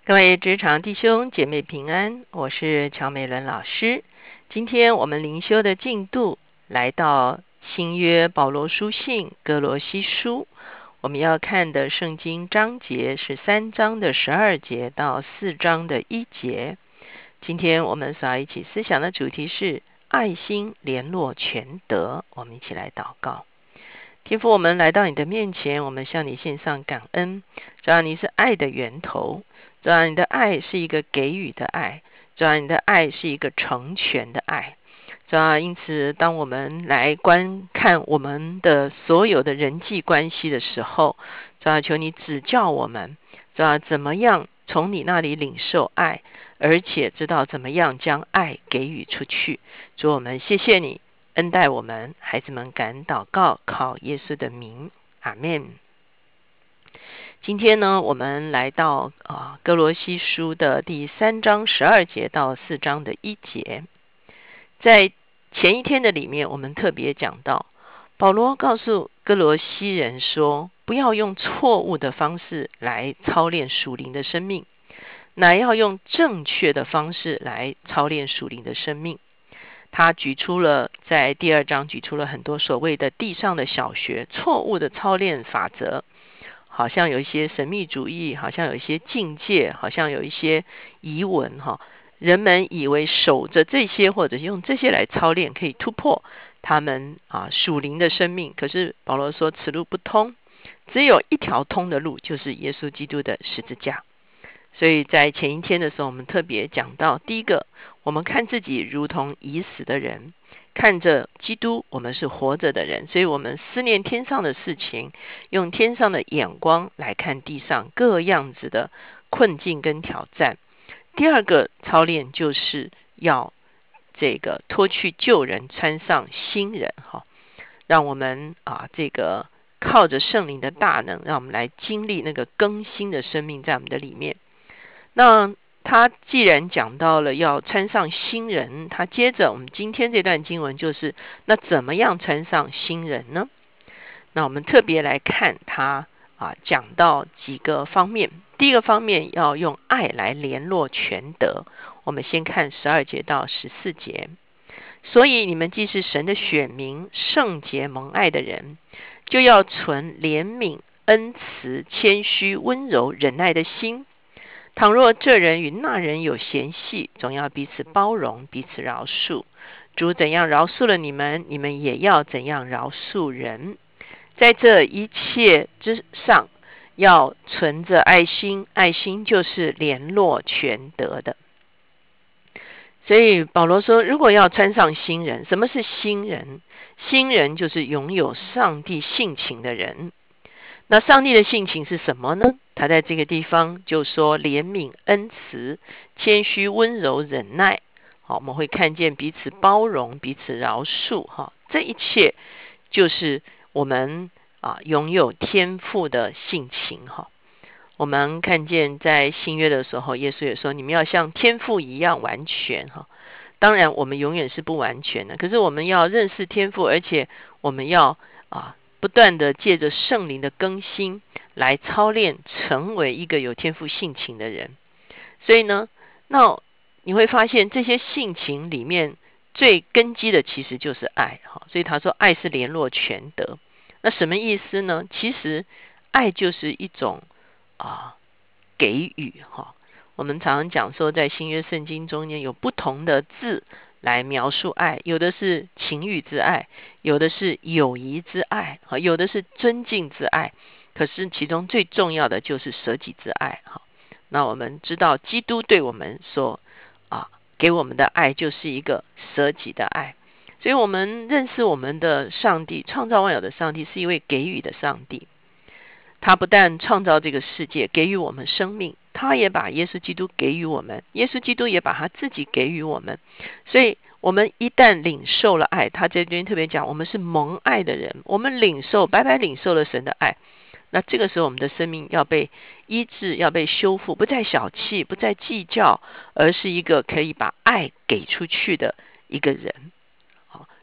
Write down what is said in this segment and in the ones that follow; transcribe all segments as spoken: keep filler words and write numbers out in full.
各位职场弟兄姐妹平安，我是乔美伦老师。今天我们灵修的进度来到新约保罗书信哥罗西书，我们要看的圣经章节是三章的十二节到四章的一节。今天我们所要一起思想的主题是爱心联络全德。我们一起来祷告。天父，我们来到你的面前，我们向你献上感恩。主要你是爱的源头，主要你的爱是一个给予的爱，主要你的爱是一个成全的爱。主要因此当我们来观看我们的所有的人际关系的时候，主要求你指教我们，主要怎么样从你那里领受爱，而且知道怎么样将爱给予出去。主，我们谢谢你恩待我们，孩子们感恩祷告，靠耶稣的名，阿们。今天呢，我们来到啊哥罗西书的第三章十二节到四章的一节。在前一天的里面，我们特别讲到，保罗告诉哥罗西人说，不要用错误的方式来操练属灵的生命，乃要用正确的方式来操练属灵的生命。他举出了在第二章举出了很多所谓的地上的小学错误的操练法则，好像有一些神秘主义，好像有一些境界，好像有一些疑问哈。人们以为守着这些或者用这些来操练可以突破他们啊属灵的生命，可是保罗说此路不通，只有一条通的路，就是耶稣基督的十字架。所以在前一天的时候，我们特别讲到，第一个，我们看自己如同已死的人，看着基督，我们是活着的人，所以我们思念天上的事情，用天上的眼光来看地上各样子的困境跟挑战。第二个操练就是要这个脱去旧人，穿上新人哈，让我们啊这个靠着圣灵的大能，让我们来经历那个更新的生命在我们的里面。那他既然讲到了要穿上新人，他接着我们今天这段经文就是那怎么样穿上新人呢？那我们特别来看他啊讲到几个方面。第一个方面要用爱来联络全德。我们先看十二节到十四节。所以你们既是神的选民，圣洁蒙爱的人，就要存怜悯、恩慈、谦虚、温柔、忍耐的心。倘若这人与那人有嫌隙，总要彼此包容，彼此饶恕。主怎样饶恕了你们，你们也要怎样饶恕人。在这一切之上，要存着爱心，爱心就是联络全德的。所以保罗说，如果要穿上新人，什么是新人？新人就是拥有上帝性情的人。那上帝的性情是什么呢？他在这个地方就说怜悯、恩慈、谦虚、温柔、忍耐。好，我们会看见彼此包容、彼此饶恕。哈，这一切就是我们啊拥有天父的性情。哈，我们看见在新约的时候，耶稣也说，你们要像天父一样完全。哈，当然我们永远是不完全的，可是我们要认识天父，而且我们要啊。不断的借着圣灵的更新来操练，成为一个有天赋性情的人。所以呢，那你会发现这些性情里面最根基的其实就是爱。所以他说爱是联络全德。那什么意思呢？其实爱就是一种啊给予。我们常常讲说，在新约圣经中间有不同的字来描述爱，有的是情欲之爱，有的是友谊之爱，有的是尊敬之爱，可是其中最重要的就是舍己之爱。那我们知道基督对我们所啊给我们的爱就是一个舍己的爱。所以我们认识我们的上帝，创造万有的上帝是一位给予的上帝。他不但创造这个世界，给予我们生命，他也把耶稣基督给予我们，耶稣基督也把他自己给予我们。所以我们一旦领受了爱，他这边特别讲我们是蒙爱的人，我们领受白白领受了神的爱，那这个时候我们的生命要被医治，要被修复，不再小气，不再计较，而是一个可以把爱给出去的一个人。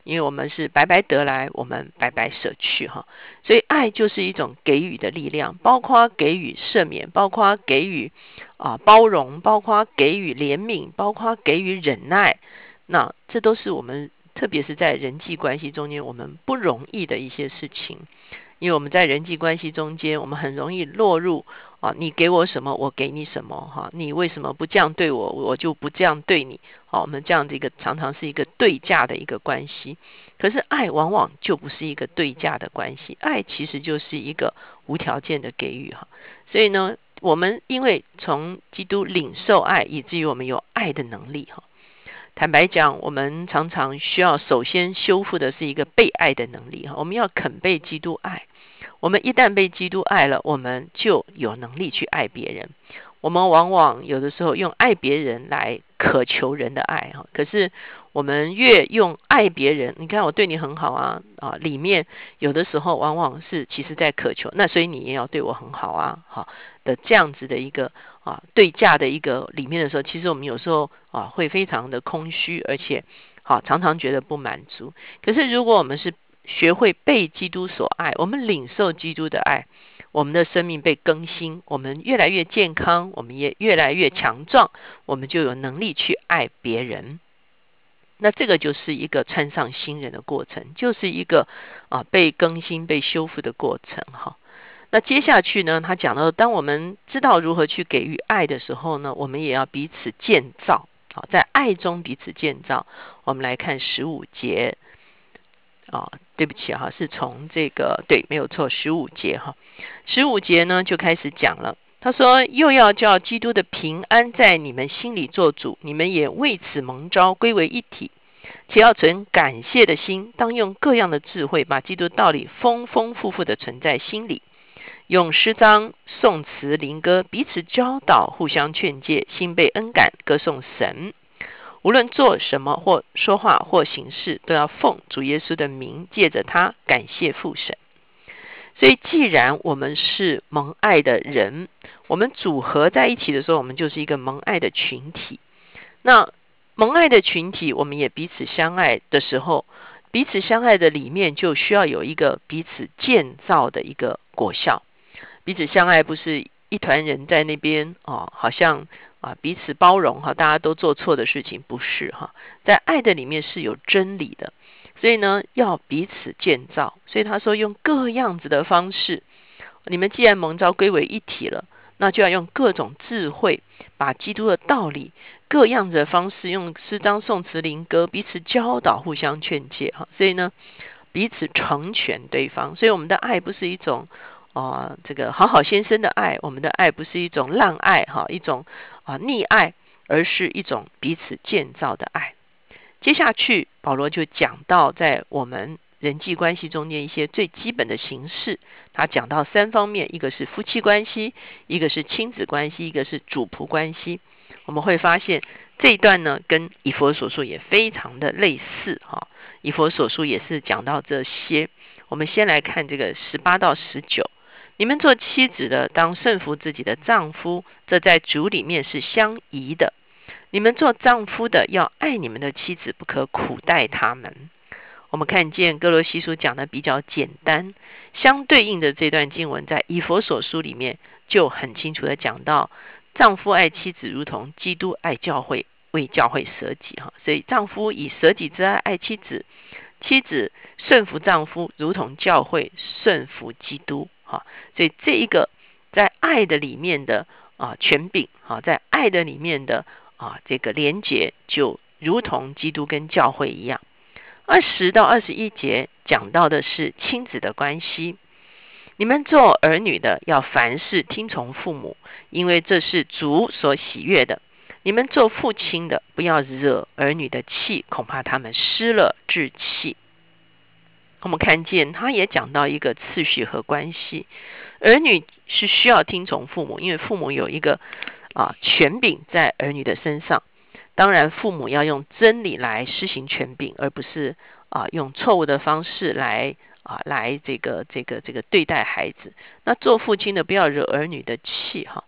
因为我们是白白得来，我们白白舍去哈。所以爱就是一种给予的力量，包括给予赦免，包括给予啊包容，包括给予怜悯，包括给予忍耐。那这都是我们特别是在人际关系中间我们不容易的一些事情。因为我们在人际关系中间，我们很容易落入啊，你给我什么，我给你什么哈，你为什么不这样对我，我就不这样对你。好，我们这样的一个常常是一个对价的一个关系。可是爱往往就不是一个对价的关系，爱其实就是一个无条件的给予哈。所以呢，我们因为从基督领受爱，以至于我们有爱的能力哈。坦白讲，我们常常需要首先修复的是一个被爱的能力哈。我们要肯被基督爱，我们一旦被基督爱了，我们就有能力去爱别人。我们往往有的时候用爱别人来渴求人的爱哈，可是我们越用爱别人，你看我对你很好啊啊，里面有的时候往往是其实在渴求，那所以你也要对我很好啊哈的这样子的一个啊对价的一个里面的时候，其实我们有时候啊会非常的空虚，而且好常常觉得不满足。可是如果我们是学会被基督所爱，我们领受基督的爱，我们的生命被更新，我们越来越健康，我们也越来越强壮，我们就有能力去爱别人。那这个就是一个穿上新人的过程，就是一个啊被更新被修复的过程哈。那接下去呢，他讲到当我们知道如何去给予爱的时候呢，我们也要彼此建造，好，在爱中彼此建造。我们来看十五节啊，对不起哈，是从这个对，没有错，十五节哈。十五节呢就开始讲了，他说又要叫基督的平安在你们心里做主，你们也为此蒙召归为一体，且要存感谢的心，当用各样的智慧把基督道理丰丰富富的存在心里，用诗章颂词灵歌彼此教导，互相劝诫，心被恩感，歌颂神。无论做什么或说话或行事，都要奉主耶稣的名，借着他感谢父神。所以既然我们是蒙爱的人，我们组合在一起的时候，我们就是一个蒙爱的群体。那蒙爱的群体，我们也彼此相爱的时候，彼此相爱的里面就需要有一个彼此建造的一个果效。彼此相爱不是一团人在那边哦，好像啊彼此包容哈，大家都做错的事情，不是哈，在爱的里面是有真理的。所以呢，要彼此建造。所以他说用各样子的方式，你们既然蒙召归为一体了，那就要用各种智慧，把基督的道理各样子的方式，用诗章颂词灵歌彼此教导，互相劝诫哈。所以呢，彼此成全对方。所以我们的爱不是一种啊、呃，这个好好先生的爱，我们的爱不是一种滥爱哈，一种啊、呃、溺爱，而是一种彼此建造的爱。接下去保罗就讲到在我们人际关系中间一些最基本的形式，他讲到三方面，一个是夫妻关系，一个是亲子关系，一个是主仆关系。我们会发现这一段呢跟以弗所书也非常的类似哈，以弗所书也是讲到这些。我们先来看这个十八到十九，你们做妻子的当顺服自己的丈夫，这在主里面是相宜的。你们做丈夫的要爱你们的妻子，不可苦待他们。我们看见哥罗西书讲的比较简单，相对应的这段经文在以弗所书里面就很清楚的讲到，丈夫爱妻子如同基督爱教会，为教会舍己哈。所以丈夫以舍己之爱爱妻子，妻子顺服丈夫如同教会顺服基督哈。所以这一个在爱的里面的啊权柄哈，在爱的里面的啊，这个连结就如同基督跟教会一样。二十到二十一节讲到的是亲子的关系。你们做儿女的要凡事听从父母，因为这是主所喜悦的。你们做父亲的不要惹儿女的气，恐怕他们失了志气。我们看见他也讲到一个次序和关系，儿女是需要听从父母，因为父母有一个啊权柄在儿女的身上。当然父母要用真理来施行权柄，而不是啊用错误的方式来啊来这个这个这个对待孩子。那做父亲的不要惹儿女的气哈。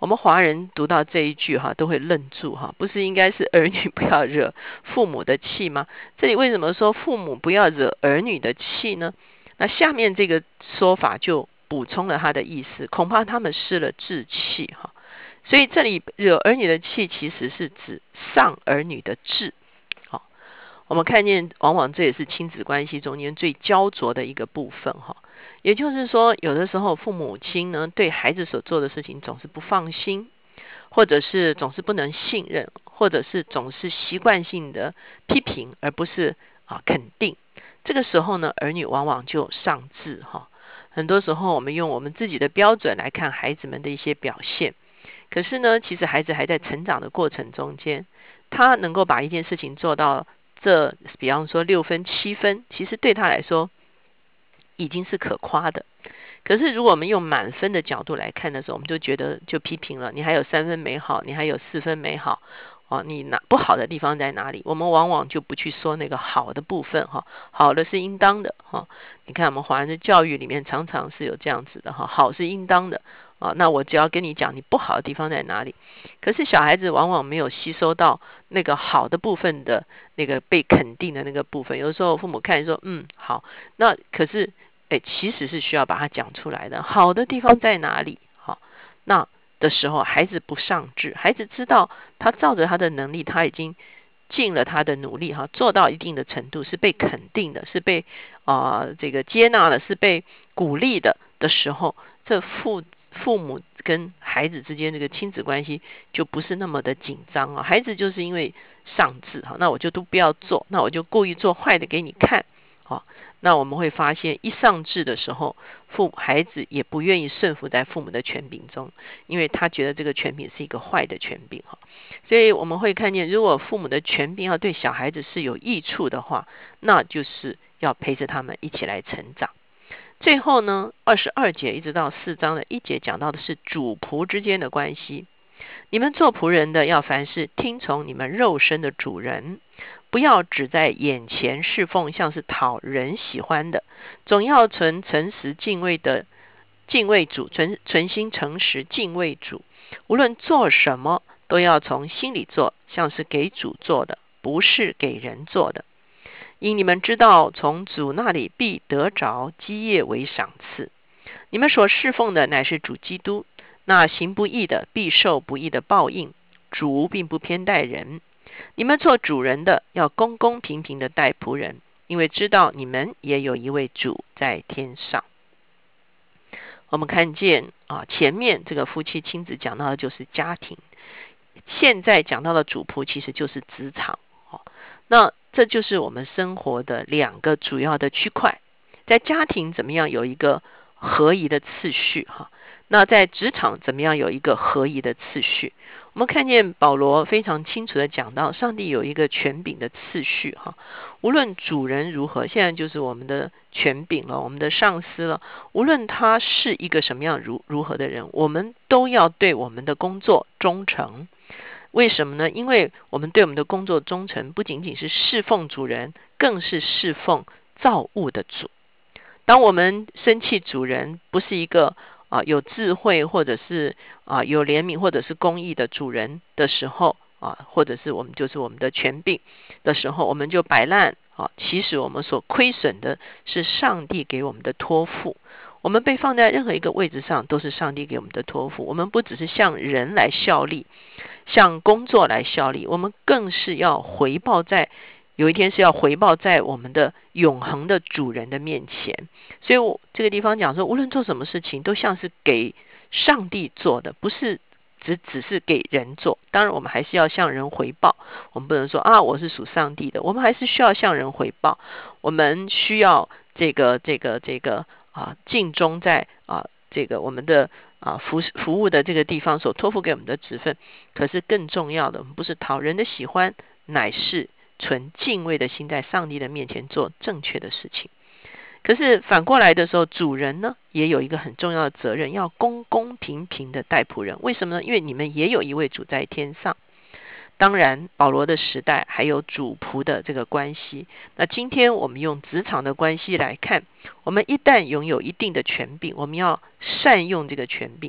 我们华人读到这一句哈，都会愣住哈，不是应该是儿女不要惹父母的气吗？这里为什么说父母不要惹儿女的气呢？那下面这个说法就补充了他的意思，恐怕他们失了志气哈。所以这里惹儿女的气，其实是指丧儿女的志。好，我们看见往往这也是亲子关系中间最焦灼的一个部分哈。也就是说，有的时候父母亲呢对孩子所做的事情总是不放心，或者是总是不能信任，或者是总是习惯性的批评，而不是啊肯定。这个时候呢，儿女往往就丧志哈。很多时候我们用我们自己的标准来看孩子们的一些表现，可是呢，其实孩子还在成长的过程中间，他能够把一件事情做到这，比方说六分七分，其实对他来说已经是可夸的。可是如果我们用满分的角度来看的时候，我们就觉得就批评了，你还有三分没好，你还有四分没好哦，你哪不好的地方在哪里？我们往往就不去说那个好的部分哈，好的是应当的哈。你看我们华人的教育里面常常是有这样子的哈，好是应当的啊，那我只要跟你讲你不好的地方在哪里。可是小孩子往往没有吸收到那个好的部分的那个被肯定的那个部分。有的时候父母看说嗯好，那可是哎其实是需要把它讲出来的，好的地方在哪里？好，那的时候，孩子不丧志，孩子知道他照着他的能力，他已经尽了他的努力哈，做到一定的程度，是被肯定的，是被啊、呃、这个接纳的，是被鼓励的的时候，这父父母跟孩子之间这个亲子关系就不是那么的紧张啊。孩子就是因为丧志哈，那我就都不要做，那我就故意做坏的给你看。好，那我们会发现，一丧志的时候，父孩子也不愿意顺服在父母的权柄中，因为他觉得这个权柄是一个坏的权柄哈。所以我们会看见，如果父母的权柄要对小孩子是有益处的话，那就是要陪着他们一起来成长。最后呢，二十二节一直到四章的一节讲到的是主仆之间的关系。你们做仆人的，要凡事听从你们肉身的主人，不要只在眼前侍奉，像是讨人喜欢的，总要存诚实敬畏的敬畏主，存存心诚实敬畏主。无论做什么，都要从心里做，像是给主做的，不是给人做的。因你们知道，从主那里必得着基业为赏赐。你们所侍奉的乃是主基督，那行不义的必受不义的报应。主并不偏待人，你们做主人的要公公平平的待仆人，因为知道你们也有一位主在天上。我们看见啊，前面这个夫妻亲子讲到的就是家庭，现在讲到的主仆其实就是职场。那这就是我们生活的两个主要的区块，在家庭怎么样有一个合宜的次序哈，那在职场怎么样有一个合宜的次序。我们看见保罗非常清楚的讲到，上帝有一个权柄的次序哈，无论主人如何，现在就是我们的权柄了，我们的上司了，无论他是一个什么样如如何的人，我们都要对我们的工作忠诚。为什么呢？因为我们对我们的工作忠诚，不仅仅是侍奉主人，更是侍奉造物的主。当我们生气主人不是一个啊有智慧，或者是啊有怜悯，或者是公义的主人的时候啊，或者是我们就是我们的权柄的时候，我们就摆烂啊。其实我们所亏损的是上帝给我们的托付。我们被放在任何一个位置上，都是上帝给我们的托付。我们不只是向人来效力，向工作来效力，我们更是要回报在有一天是要回报在我们的永恒的主人的面前。所以我这个地方讲说，无论做什么事情，都像是给上帝做的，不是只只是给人做。当然我们还是要向人回报，我们不能说啊我是属上帝的，我们还是需要向人回报。我们需要这个这个这个啊尽忠在啊这个我们的啊服服务的这个地方所托付给我们的职分。可是更重要的，我们不是讨人的喜欢，乃是存敬畏的心，在上帝的面前做正确的事情。可是反过来的时候，主人呢也有一个很重要的责任，要公公平平的待仆人。为什么呢？因为你们也有一位主在天上。当然保罗的时代还有主仆的这个关系。那今天我们用职场的关系来看，我们一旦拥有一定的权柄，我们要善用这个权柄，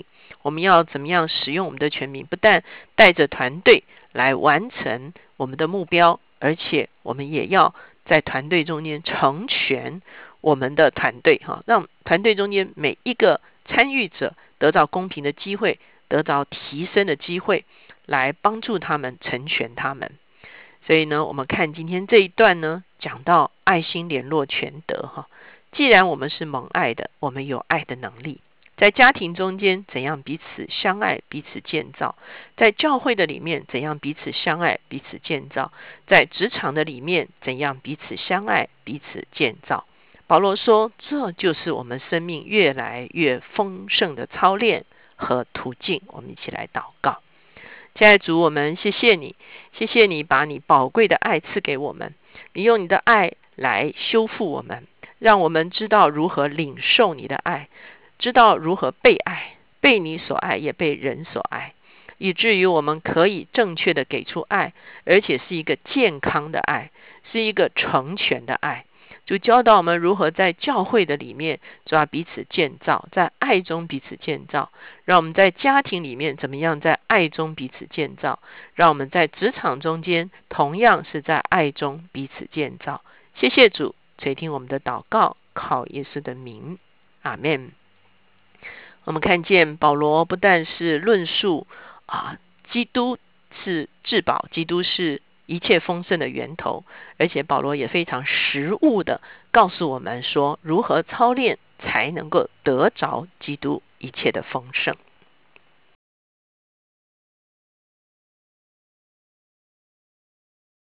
我们要怎么样使用我们的权柄？不但带着团队来完成我们的目标，而且我们也要在团队中间成全我们的团队，让团队中间每一个参与者得到公平的机会，得到提升的机会，来帮助他们成全他们。所以呢，我们看今天这一段呢，讲到爱心联络全德哈。既然我们是蒙爱的，我们有爱的能力，在家庭中间怎样彼此相爱，彼此建造；在教会的里面怎样彼此相爱，彼此建造；在职场的里面怎样彼此相爱，彼此建造。保罗说，这就是我们生命越来越丰盛的操练和途径。我们一起来祷告。亲爱的主，我们谢谢你，谢谢你把你宝贵的爱赐给我们，你用你的爱来修复我们，让我们知道如何领受你的爱，知道如何被爱，被你所爱，也被人所爱，以至于我们可以正确的给出爱，而且是一个健康的爱，是一个成全的爱。就教导我们如何在教会的里面抓彼此建造，在爱中彼此建造，让我们在家庭里面怎么样在爱中彼此建造，让我们在职场中间同样是在爱中彼此建造。谢谢主垂听我们的祷告，靠耶稣的名，阿们。我们看见保罗不但是论述啊，基督是至宝，基督是一切丰盛的源头，而且保罗也非常实务的告诉我们说，如何操练才能够得着基督一切的丰盛。